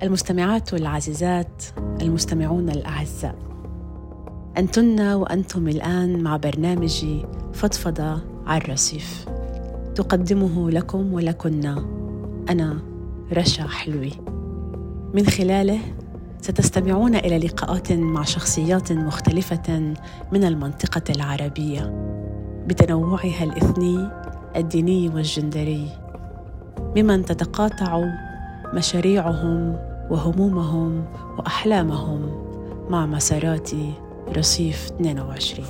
المستمعات العزيزات، المستمعون الأعزاء، أنتن وأنتم الآن مع برنامج فضفضة على الرصيف، تقدمه لكم ولكن أنا رشا حلوي. من خلاله ستستمعون إلى لقاءات مع شخصيات مختلفة من المنطقة العربية بتنوعها الإثني، الديني والجندري، ممن تتقاطع مشاريعهم وهمومهم وأحلامهم مع مسارات رصيف 22.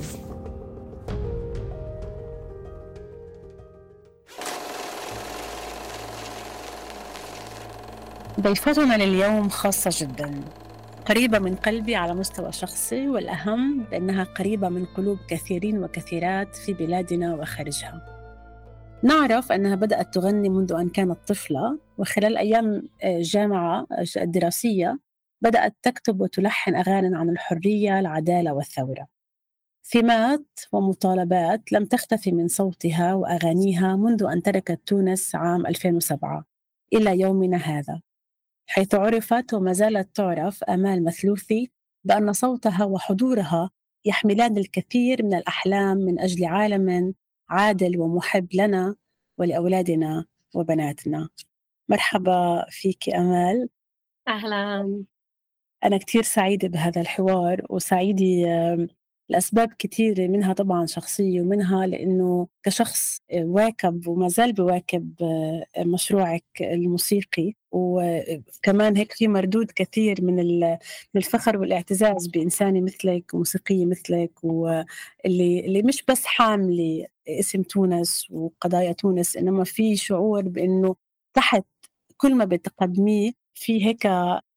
ضيفتنا لليوم خاصة جدا، قريبة من قلبي على مستوى شخصي، والأهم بأنها قريبة من قلوب كثيرين وكثيرات في بلادنا وخارجها. نعرف أنها بدأت تغني منذ أن كانت طفلة، وخلال أيام الجامعة الدراسية بدأت تكتب وتلحن أغاني عن الحرية، العدالة والثورة. ثمات ومطالبات لم تختفي من صوتها وأغانيها منذ أن تركت تونس عام 2007 إلى يومنا هذا، حيث عرفت وما زالت تعرف آمال مثلوثي بأن صوتها وحضورها يحملان الكثير من الأحلام من أجل عالم عادل ومحب لنا ولأولادنا وبناتنا. مرحبا فيك آمال. أهلاً. أنا كتير سعيدة بهذا الحوار، وسعيدة لأسباب كتيرة، منها طبعاً شخصية، ومنها لأنه كشخص واكب وما زال بواكب مشروعك الموسيقي، وكمان هيك في مردود كثير من الفخر والاعتزاز بإنسانة مثلك وموسيقية مثلك، واللي مش بس حاملة اسم تونس وقضايا تونس، إنما في شعور بأنه تحت كل ما بتقدميه في هيك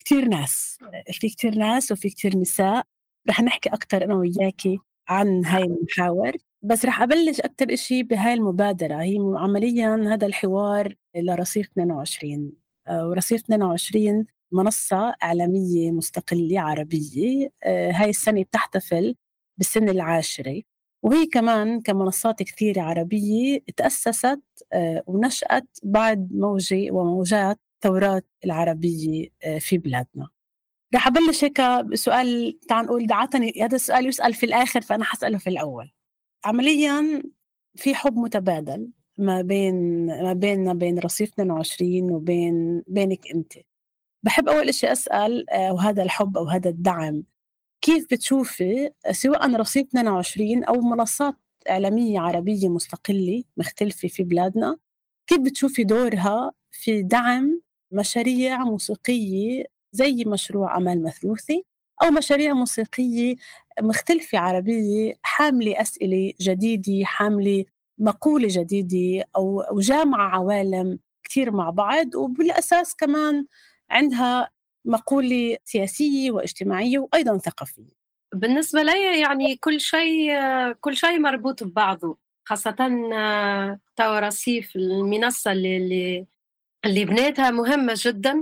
كتير ناس وفي كتير نساء. رح نحكي أكتر أنا وياكي عن هاي المحاور، بس رح أبلش أكتر إشي بهاي المبادرة. هي عملياً هذا الحوار لرصيف 22، ورصيف 22 منصة إعلامية مستقلة عربية، هاي السنة بتحتفل بالسنة العاشرة، وهي كمان كمنصات كثيرة عربية تأسست ونشأت بعد موجة وموجات ثورات العربية في بلادنا. رح أبلش هيك بسؤال، تعال نقول دعتني هذا السؤال يسأل في الآخر، فأنا حسأله في الأول. عملياً في حب متبادل ما بيننا بين رصيف 22 بينك أنت. بحب أول إشي أسأل، وهذا الحب أو هذا الدعم كيف بتشوفي سواء رصيف 22 أو منصات إعلامية عربية مستقلة مختلفة في بلادنا، كيف بتشوفي دورها في دعم مشاريع موسيقية زي مشروع آمال مثلوثي، أو مشاريع موسيقية مختلفة عربية حاملة أسئلة جديدة، حاملة مقولة جديدة، أو جامعة عوالم كتير مع بعض، وبالأساس كمان عندها مقولة سياسية واجتماعية وأيضاً ثقافية. بالنسبة لي يعني كل شيء مربوط ببعضه، خاصة توا رصيف المنصة اللي بنيتها مهمة جدا،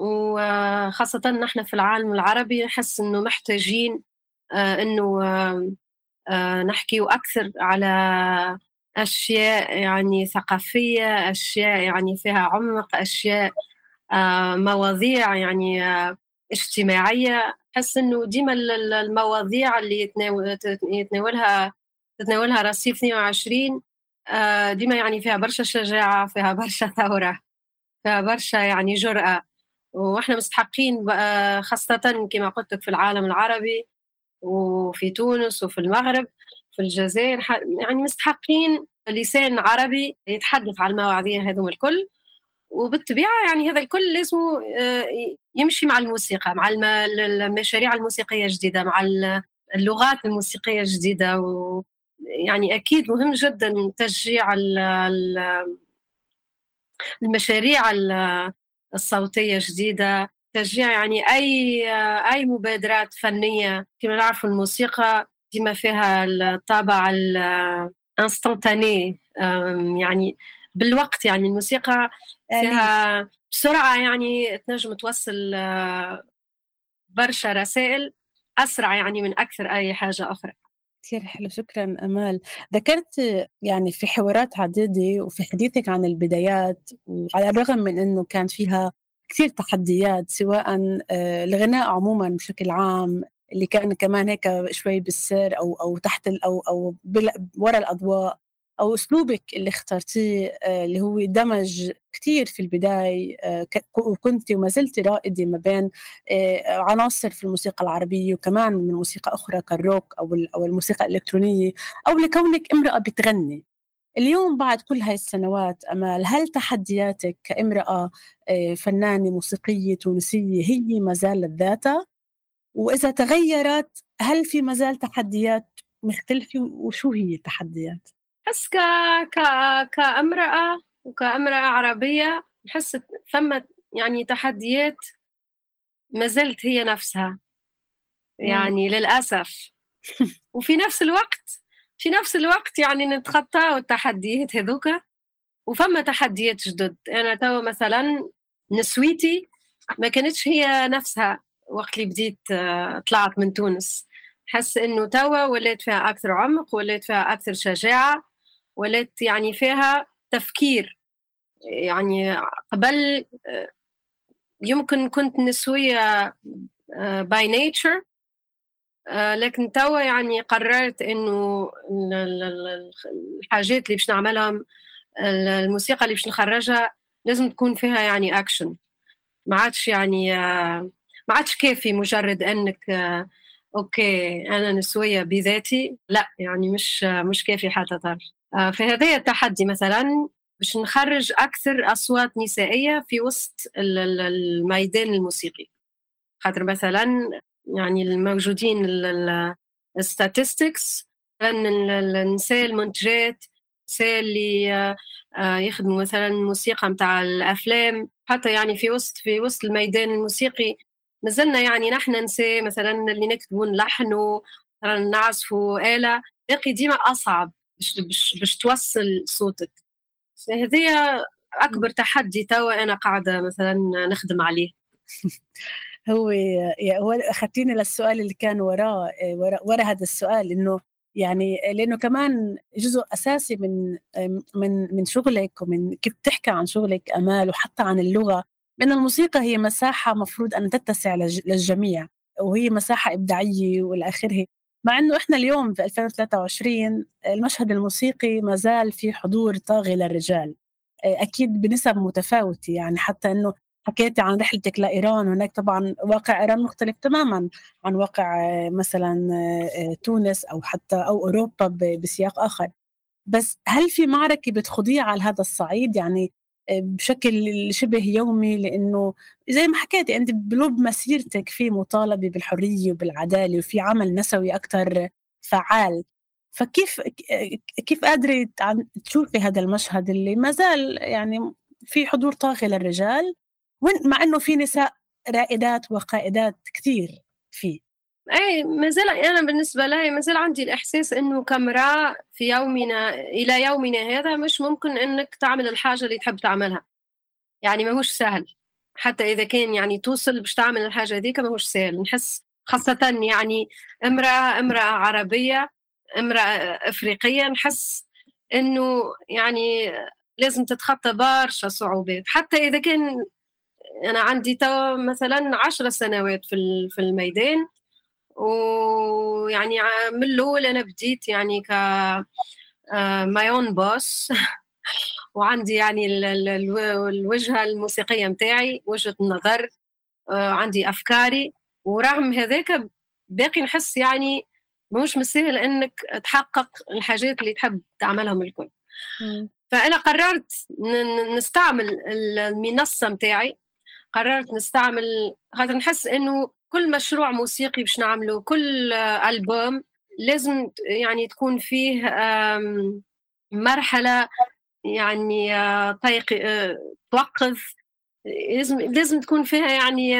وخاصة نحن في العالم العربي نحس إنه محتاجين إنه نحكي أكثر على أشياء يعني ثقافية، أشياء يعني فيها عمق، أشياء مواضيع يعني اجتماعية. أحس إنه ديما المواضيع اللي تتناولها رصيف 22 ديما يعني فيها برشا شجاعة، فيها برشا ثورة، فيها برشا يعني جرأة، وإحنا مستحقين خاصة كما قلت لك في العالم العربي وفي تونس وفي المغرب في الجزائر، يعني مستحقين لسان عربي يتحدث على المواضيع هذوم الكل. وبالطبيعة يعني هذا الكل لازم يمشي مع الموسيقى، مع المشاريع الموسيقية الجديدة، مع اللغات الموسيقية الجديدة. ويعني أكيد مهم جدا تشجيع المشاريع الصوتية الجديدة، تشجيع يعني أي مبادرات فنية. كما نعرف الموسيقى ديما فيها الطابع الانستانتاني، يعني بالوقت، يعني الموسيقى فيها بسرعة، يعني تنجم توصل برشا رسائل أسرع يعني من أكثر أي حاجة أخرى. كثير حلو، شكراً أمال. ذكرت يعني في حوارات عديدة وفي حديثك عن البدايات، وعلى الرغم من أنه كان فيها كثير تحديات، سواء الغناء عموما بشكل عام اللي كان كمان هيك شوي بالسر أو تحت أو وراء الأضواء، أو أسلوبك اللي اخترتيه اللي هو دمج كتير في البداية وكنت وما زلت رائدة ما بين عناصر في الموسيقى العربية وكمان من موسيقى أخرى كالروك أو الموسيقى الإلكترونية، أو لكونك امرأة بتغني. اليوم بعد كل هاي السنوات أمال، هل تحدياتك كامرأة فنانة موسيقية تونسية هي ما زالت ذاتها؟ وإذا تغيرت هل في مازال تحديات مختلفة وشو هي التحديات؟ بس ك... كامرأة وكامرأة عربية بحس ثم يعني تحديات ما زلت هي نفسها يعني للأسف. وفي نفس الوقت يعني نتخطى التحديات هذوك، وفما تحديات جدد. أنا تو مثلا نسويتي ما كانتش هي نفسها وقت اللي بديت طلعت من تونس. حس إنه توا ولات فيها أكثر عمق، ولات فيها أكثر شجاعة، ولات يعني فيها تفكير. يعني قبل يمكن كنت نسوية by nature، لكن توا يعني قررت إنه الحاجات اللي باش نعملهم، الموسيقى اللي باش نخرجها لازم تكون فيها يعني أكشن. ما عادش يعني ما عادش كافي مجرد أنك أوكي أنا نسوية بذاتي، لا يعني مش كافي حتى طرف. فهذا التحدي مثلا باش نخرج أكثر أصوات نسائية في وسط الميدان الموسيقي. خاطر مثلا يعني الموجودين الستاتستكس، النساء المنتجات، النساء اللي يخدموا مثلا الموسيقى متاع الأفلام، حتى يعني في وسط الميدان الموسيقي مازلنا يعني نحن نساء مثلا اللي نكتبوا نلحنوا نعزفوا آلة، باقي ديما أصعب باش توصل صوتك. هذه أكبر تحدي توا أنا قاعدة مثلا نخدم عليه. هو أخذتيني للسؤال اللي كان وراء هذا السؤال، إنه يعني لأنه كمان جزء أساسي من شغلك ومن كيف تحكي عن شغلك أمال، وحتى عن اللغة، لأن الموسيقى هي مساحة مفروض أن تتسع للجميع، وهي مساحة إبداعية والآخره. مع إنه إحنا اليوم في 2023 المشهد الموسيقي ما زال في حضور طاغي للرجال، أكيد بنسب متفاوتة. يعني حتى إنه حكيتي عن رحلتك لإيران، هناك طبعا واقع إيران مختلف تماما عن واقع مثلا تونس أو حتى أو أوروبا بسياق آخر. بس هل في معركة بتخوضيها على هذا الصعيد يعني بشكل شبه يومي؟ لأنه زي ما حكيتي أنت بلب مسيرتك في مطالبة بالحرية وبالعدالة وفي عمل نسوي أكثر فعال. فكيف قادرة تشوفي هذا المشهد اللي ما زال يعني في حضور طاغي للرجال، مع إنه في نساء رائدات وقائدات كثير فيه؟ أي ما زال أنا بالنسبة لي ما زال عندي الإحساس إنه كامرأة في يومنا إلى يومنا هذا مش ممكن إنك تعمل الحاجة اللي تحب تعملها. يعني ما هوش سهل، حتى إذا كان يعني توصل باش تعمل الحاجة هذيك ما هوش سهل. نحس خاصة يعني امرأة عربية، امرأة أفريقية، نحس إنه يعني لازم تتخطى برشا صعوبات. حتى إذا كان أنا عندي تو مثلا 10 سنوات في الميدان، ويعني من الأول أنا بديت يعني ك ماي اون بوس وعندي يعني الوجهة الموسيقية متاعي، وجهة النظر، عندي أفكاري. ورغم هذاك باقي نحس يعني مش مسهل إنك تحقق الحاجات اللي تحب تعملهم الكل. فأنا قررت نستعمل المنصة متاعي، قررت نستعمل، خاطر نحس إنه كل مشروع موسيقي باش نعمله، كل ألبوم لازم يعني تكون فيه مرحلة يعني توقف، لازم تكون فيها يعني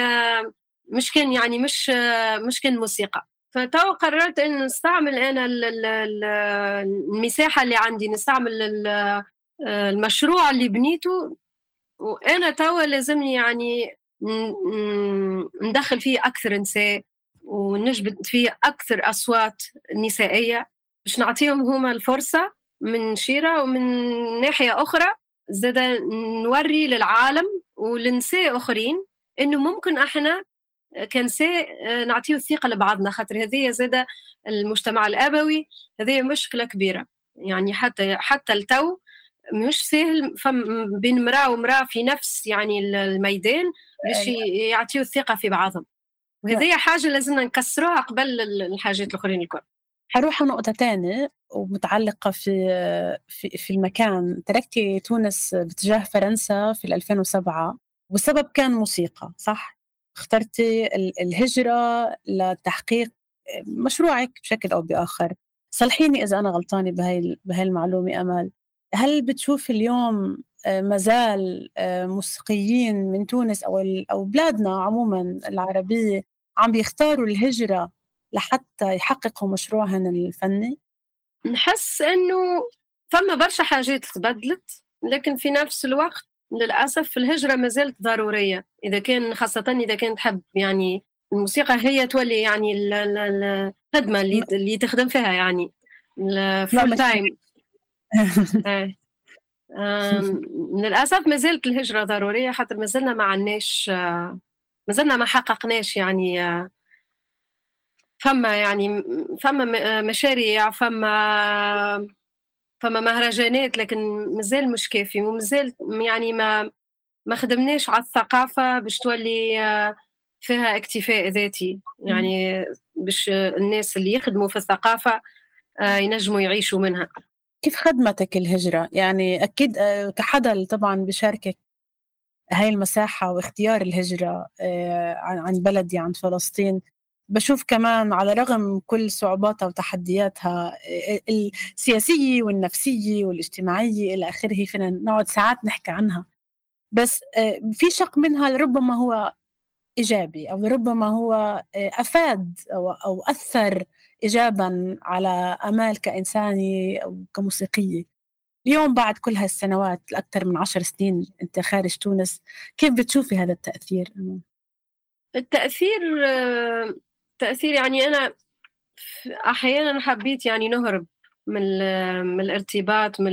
مش كان موسيقى. فتو قررت ان نستعمل انا المساحة اللي عندي، نستعمل المشروع اللي بنيته، وانا توا لازمني يعني ندخل فيه اكثر نساء ونجبد فيه اكثر اصوات نسائية باش نعطيهم هما الفرصة من شيرة. ومن ناحية أخرى زاد نوري للعالم ولنساء أخرين إنه ممكن إحنا كنساء نعطيو الثقة لبعضنا، خاطر هذيا زادة المجتمع الأبوي هذيا مشكلة كبيرة، يعني حتى التو مش سهل بين امرأة وامرأة في نفس يعني الميدان باش يعطيو الثقة في بعضهم، وهذه حاجة لازمنا نكسروها قبل الحاجات الآخرين الكل. حروح نقطة تانية ومتعلقة في المكان. تركتي تونس باتجاه فرنسا في 2007 والسبب كان موسيقى، صح؟ اخترتي الهجرة لتحقيق مشروعك بشكل أو بآخر. صلحيني إذا أنا غلطانة بهاي المعلومة أمل. هل بتشوف اليوم مازال موسيقيين من تونس أو بلادنا عموما العربية عم بيختاروا الهجرة لحتى يحققوا مشروعهن الفني؟ نحس إنه فما برشا حاجات تبدلت، لكن في نفس الوقت للأسف الهجرة ما زالت ضرورية، خاصة إذا كان تحب يعني الموسيقى هي تولي يعني الخدمة اللي تخدم فيها يعني الفول تايم. للأسف ما زالت الهجرة ضرورية، حتى ما زلنا ما حققناش يعني فما مشاريع، فما مهرجانات، لكن مازال مش كافي، ومازال يعني ما خدمناش على الثقافة باش تولي فيها اكتفاء ذاتي، يعني باش الناس اللي يخدموا في الثقافة ينجموا يعيشوا منها. كيف خدمتك الهجرة؟ يعني أكيد كحدا طبعا بشاركك هاي المساحة واختيار الهجرة عن بلدي، عن فلسطين. بشوف كمان على رغم كل صعوباتها وتحدياتها السياسية والنفسية والاجتماعية إلى آخره، فينا نقعد ساعات نحكي عنها، بس في شق منها ربما هو إيجابي، أو ربما هو أفاد أو أثر إيجابا على أمال كإنساني أو كموسيقية. اليوم بعد كل هالسنوات، الأكثر من 10 سنين أنت خارج تونس، كيف بتشوفي هذا التأثير؟ التأثير تأثير يعني أنا أحيانا حبيت يعني نهرب من الارتباط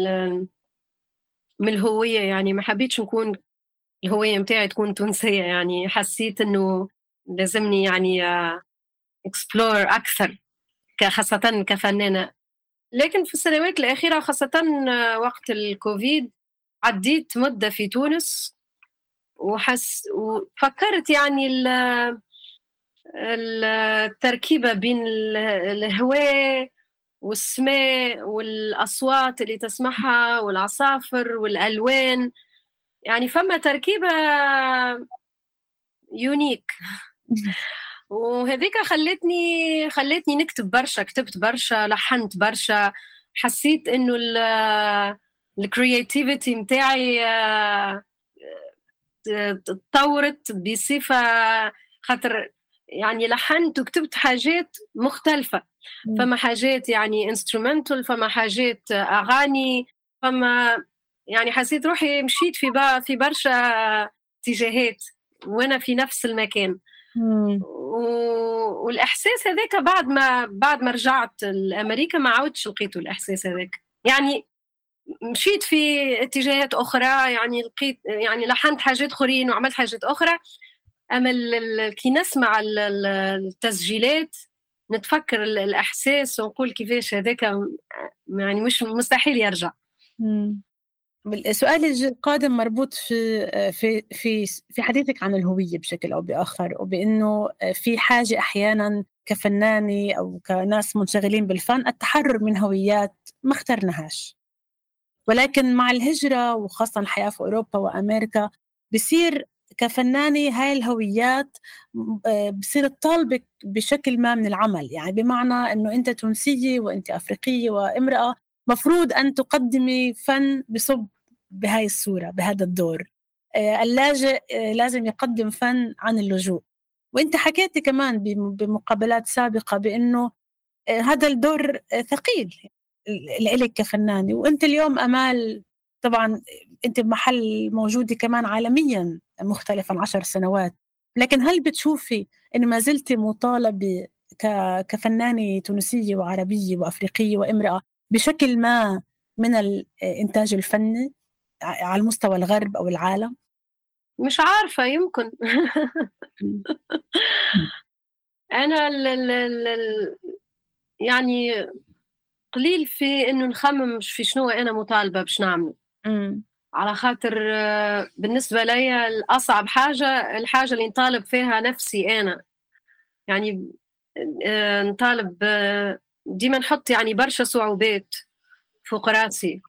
من الهوية، يعني ما حبيتش نكون الهوية متاعي تكون تونسية، يعني حسيت إنه لازمني يعني explore أكثر خاصة كفنانة. لكن في السنوات الأخيرة خاصة وقت الكوفيد عديت مدة في تونس وفكرت يعني التركيبة بين الهواء والسماء والأصوات اللي تسمعها والعصافر والألوان، يعني فما تركيبة يونيك. وهذيك خلتني نكتب برشا، كتبت برشا، لحنت برشا، حسيت انه الكرياتيفيتي متاعي تطورت بصفة، خاطر يعني لحنت وكتبت حاجات مختلفة، فما حاجات يعني انسترومنتال، فما حاجات أغاني، فما يعني حسيت روحي مشيت في برشا اتجاهات وأنا في نفس المكان. والإحساس هذاك بعد ما رجعت لأمريكا ما عودتش لقيته الإحساس هذاك، يعني مشيت في اتجاهات أخرى، يعني لقيت يعني لحنت حاجات أخرين وعملت حاجات أخرى، أما كي نسمع التسجيلات نتفكر الإحساس ونقول كيفاش هذاك يعني مش مستحيل يرجع. السؤال القادم مربوط في حديثك عن الهوية بشكل أو بآخر، وبأنه في حاجة أحيانا كفناني أو كناس منشغلين بالفن التحرر من هويات ما اخترناهاش، ولكن مع الهجرة وخاصة الحياة في أوروبا وأمريكا بصير كفناني هاي الهويات بصير تطالبك بشكل ما من العمل، يعني بمعنى أنه أنت تونسية وأنت أفريقية وامرأة مفروض أن تقدمي فن بصب بهاي الصورة بهذا الدور. اللاجئ لازم يقدم فن عن اللجوء، وانت حكيتي كمان بمقابلات سابقة بأنه هذا الدور ثقيل لإلك كفنانة، وانت اليوم أمال طبعا انت بمحل موجودة كمان عالميا مختلف عن 10 سنوات، لكن هل بتشوفي ان ما زلت مطالبة كفنانة تونسية وعربية وأفريقية وامرأة بشكل ما من الإنتاج الفني على المستوى الغرب أو العالم؟ مش عارفة يمكن. إمم. إمم. أنا يعني قليل في إنه نخمم في شنو أنا مطالبة باش نعمله، إمم. على خاطر بالنسبة ليّا الأصعب حاجة الحاجة اللي نطالب فيها نفسي أنا، يعني نطالب ديما نحط يعني برشا صعوبات فوق راسي،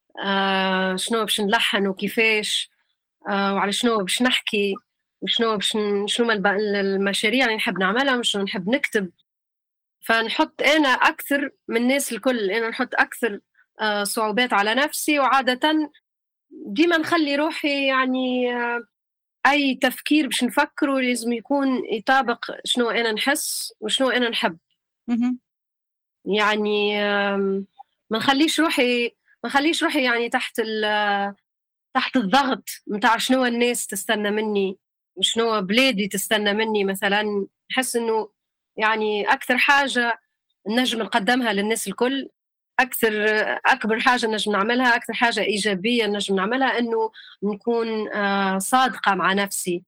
شنو باش نلحّن وكيفاش، وعلى شنو باش نحكي، وشنو باش شنو هُما المشاريع اللي نحب نعملها وشنو نحب نكتب. فنحط أنا أكثر من الناس الكل، أنا نحط أكثر صعوبات على نفسي، وعادةً ديما نخلّي روحي يعني أي تفكير باش نفكّره لازم يكون يطابق شنو أنا نحس وشنو أنا نحب. اهم. يعني ما نخلّيش روحي يعني تحت الضغط متاع شنو الناس تستنى منّي، وشنو بلادي تستنى منّي مثلًا. نحس إنه يعني أكثر حاجة نجم نقدّمها للناس الكل، أكثر أكبر حاجة نجم نعملها، أكثر حاجة إيجابية نجم نعملها إنه نكون صادقة مع نفسي.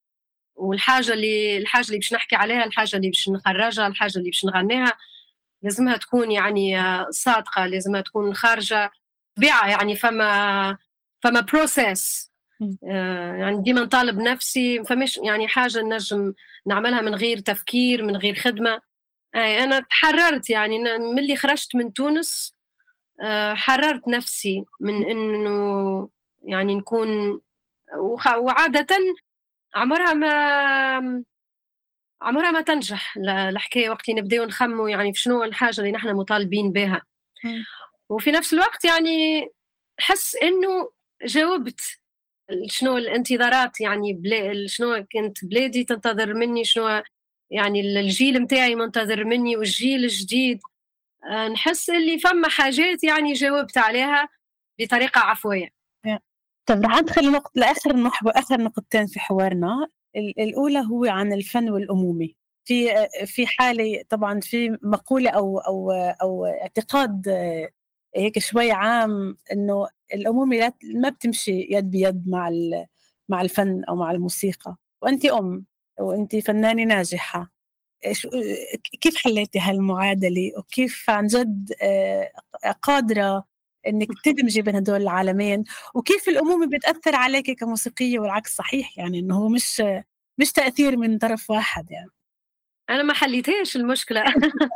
الحاجة اللي باش نحكي عليها، الحاجة اللي باش نخرّجها، الحاجة اللي باش نغنيها، لازمها تكون يعني صادقة، لازمها تكون خارجة طبيعة. يعني فما process. إمم. يعني ديما نطالب نفسي، ما فماش يعني حاجة نجم نعملها من غير تفكير، من غير خدمة. أنا تحرّرت يعني من اللي خرجت من تونس، حرّرت نفسي من إنه يعني نكون وعادةً عمرها ما عمرها ما تنجح الحكاية وقت اللي نبداو نخمّموا يعني في شنو الحاجة اللي نحن مطالبين بها. إمم. وفي نفس الوقت يعني نحس إنه جاوبت شنو الانتظارات، يعني شنو كانت بلادي تنتظر منّي، شنو يعني الجيل متاعي منتظر منّي والجيل الجديد. نحس اللي فما حاجات يعني جاوبت عليها بطريقة عفوية. طب رح أدخل آخر نقطتين في حوارنا، الأولى هو عن الفن والأمومة. في حالة طبعًا في مقولة أو اعتقاد هيك شوي عام إنه الأمومة ما بتمشي يد بيد مع الفن أو مع الموسيقى، وأنتِ أم وأنتِ فنانة ناجحة. إيش كيف حليتِ هالمعادلة وكيف عن جد قادرة إنِّك تدمجي بين هدول العالمين، وكيف الأمومة بتأثّر عليكِ كموسيقية والعكس صحيح، يعني إنه هو مش تأثير من طرف واحد يعني. أنا ما حليتهاش المشكلة.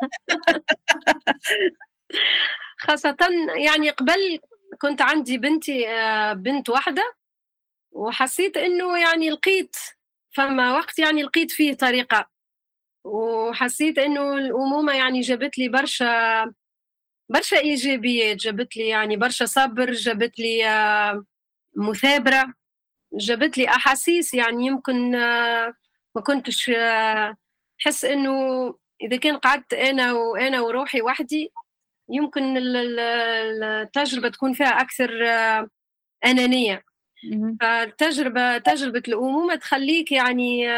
خاصةً يعني قبل كنت عندي بنتي بنت واحدة، وحسيت إنه يعني فما وقت يعني لقيت فيه طريقة، وحسيت إنه الأمومة يعني جابت لي برشا إيجابيات، جابت لي يعني برشا صبر، جابت لي مثابرة، جابت لي أحاسيس يعني يمكن ما كنتش نحس إنه إذا كان قعدت أنا وروحي وحدي، يمكن التجربة تكون فيها أكثر أنانية. اهم. تجربة الأمومة تخلّيك يعني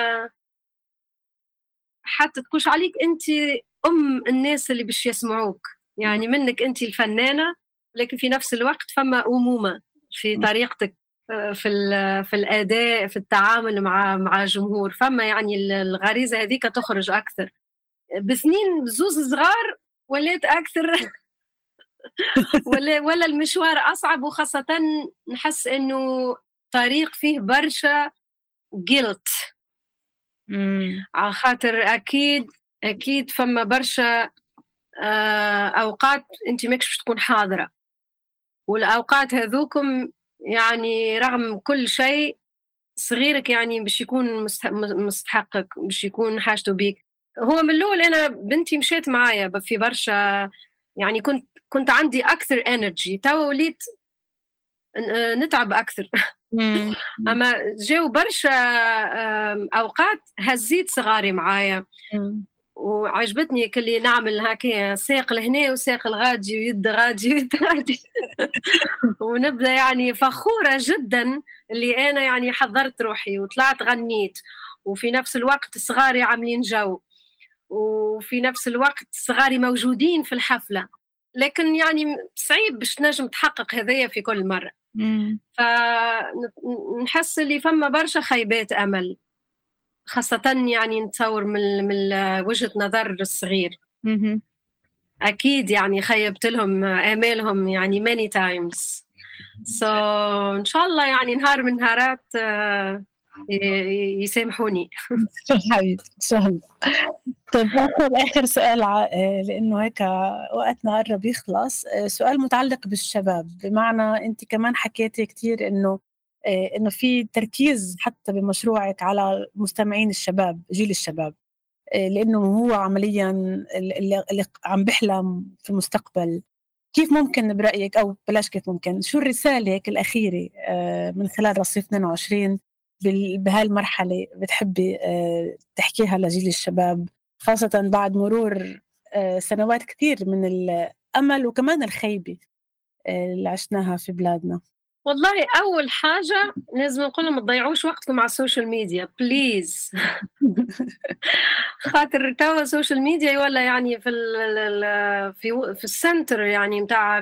حتى تكونش عليك أنتِ أم الناس اللي باش يسمعوك، إمم. يعني منِّك أنتِ الفنانة، لكن في نفس الوقت فما أمومة في إمم. طريقتك، في الأداء، في التعامل مع الجمهور. فما يعني الغريزة هاذيك تخرج أكثر. بسنين زوز صغار ولات أكثر. ولا المشوار أصعب، وخاصةً نحس إنه طريق فيه برشا guilt. إمم. على خاطر أكيد فما برشا أوقات أنتِ ماكش باش تكون حاضرة، والأوقات هاذوكم يعني رغم كل شيء صغيرك يعني باش يكون مستحقك، باش يكون حاجته بيك. هو من الأول أنا بنتي مشات معايا في برشا، يعني كنت عندي أكثر energy، توا وليت نتعب أكثر. إمم. إمم. أما جاو برشا أوقات هزيت صغاري معايا، إمم. وعجبتني كلي نعمل هكايا ساق لهنا وساق لغادي ويد غادي ويد غادي. ونبدا يعني فخوره جدا اللي انا يعني حضرت روحي وطلعت غنيت، وفي نفس الوقت صغاري عاملين جو، وفي نفس الوقت صغاري موجودين في الحفله. لكن يعني صعيب باش تنجم تحقق هذايا في كل مره. إمم. فنحس اللي فما برشا خيبات أمل، خاصةً يعني نتصور من وجهة نظر الصغير. اهم. أكيد يعني خيّبت لهم آمالهم يعني many times. So إن شاء الله يعني نهار من النهارات يسامحوني. حبيبتي إن شاء الله. طيب آخر سؤال لإنه هيك وقتنا قرّب يخلص، سؤال متعلق بالشباب، بمعنى أنتِ كمان حكيتِ كتير إنه في تركيز حتى بمشروعِك على مستمعين الشباب، جيل الشباب، لإنه هو عمليًا اللي عم بيحلم في المستقبل. كيف ممكن برأيِك، أو بلاش كيف ممكن، شو الرسالة هيك الأخيرة من خلال رصيف 22 بهالمرحلة بتحبّي تحكيها لجيل الشباب، خاصةً بعد مرور سنوات كتير من الأمل وكمان الخيبة اللي عشناها في بلادنا؟ والله أول حاجة لازم نقول لهم ما تضيّعوش وقتكم على السوشيال ميديا please. خاطر توا السوشيال ميديا يولّا يعني في ال ال في الcenter يعني متاع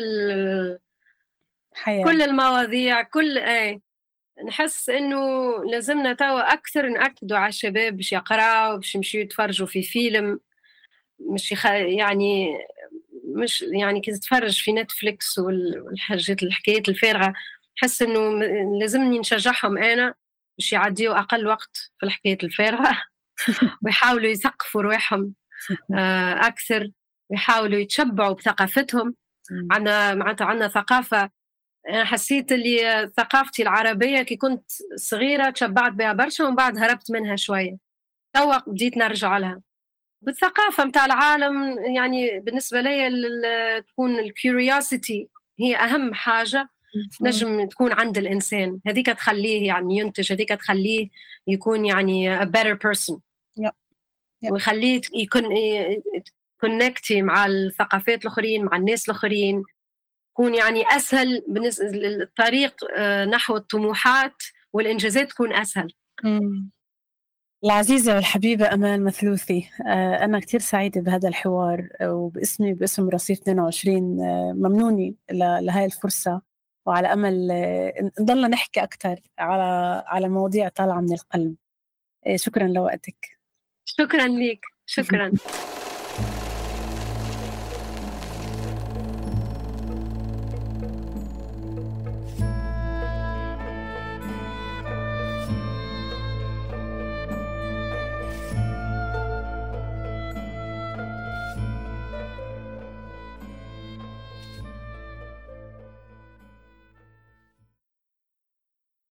حياة. كل المواضيع كل نحس إنه لازمنا توا أكثر نأكدوا على الشباب باش يقراوا، باش يمشيوا يتفرجوا في فيلم، مش يعني مش يعني كي تتفرج في نتفليكس والحاجات الحكايات الفارغة، نحس إنه لازمني نشجعهم أنا باش يعدّيوا أقل وقت في الحكايات الفارغة ويحاولوا يثقفوا رواحهم أكثر، ويحاولوا يتشبعوا بثقافتهم. إمم. معناتها عندنا ثقافة. أنا حسيت اللي ثقافتي العربية كي كنت صغيرة تشبعت بها برشا ومن بعد هربت منها شوية، توا بديت نرجع لها. بالثقافة متاع العالم يعني بالنسبة ليا تكون الcuriosity هي أهم حاجة إمم. نجم تكون عند الإنسان، هذيك تخلّيه يعني ينتج، هذيك تخلّيه يكون يعني a better person. يب. يب. ويخلّيه يكون connectي مع الثقافات الآخرين، مع الناس الآخرين، يكون يعني أسهل الطريق نحو الطموحات والإنجازات تكون أسهل. إمم. العزيزة والحبيبة أمال مثلوثي، أنا كتير سعيدة بهذا الحوار، وباسمي وباسم رصيف 22 ممنونة لهاي الفرصة، وعلى أمل نضلنا نحكي أكتر على مواضيع طالعة من القلب. شكرًا لوقتِك. شكرًا ليك، شكرًا.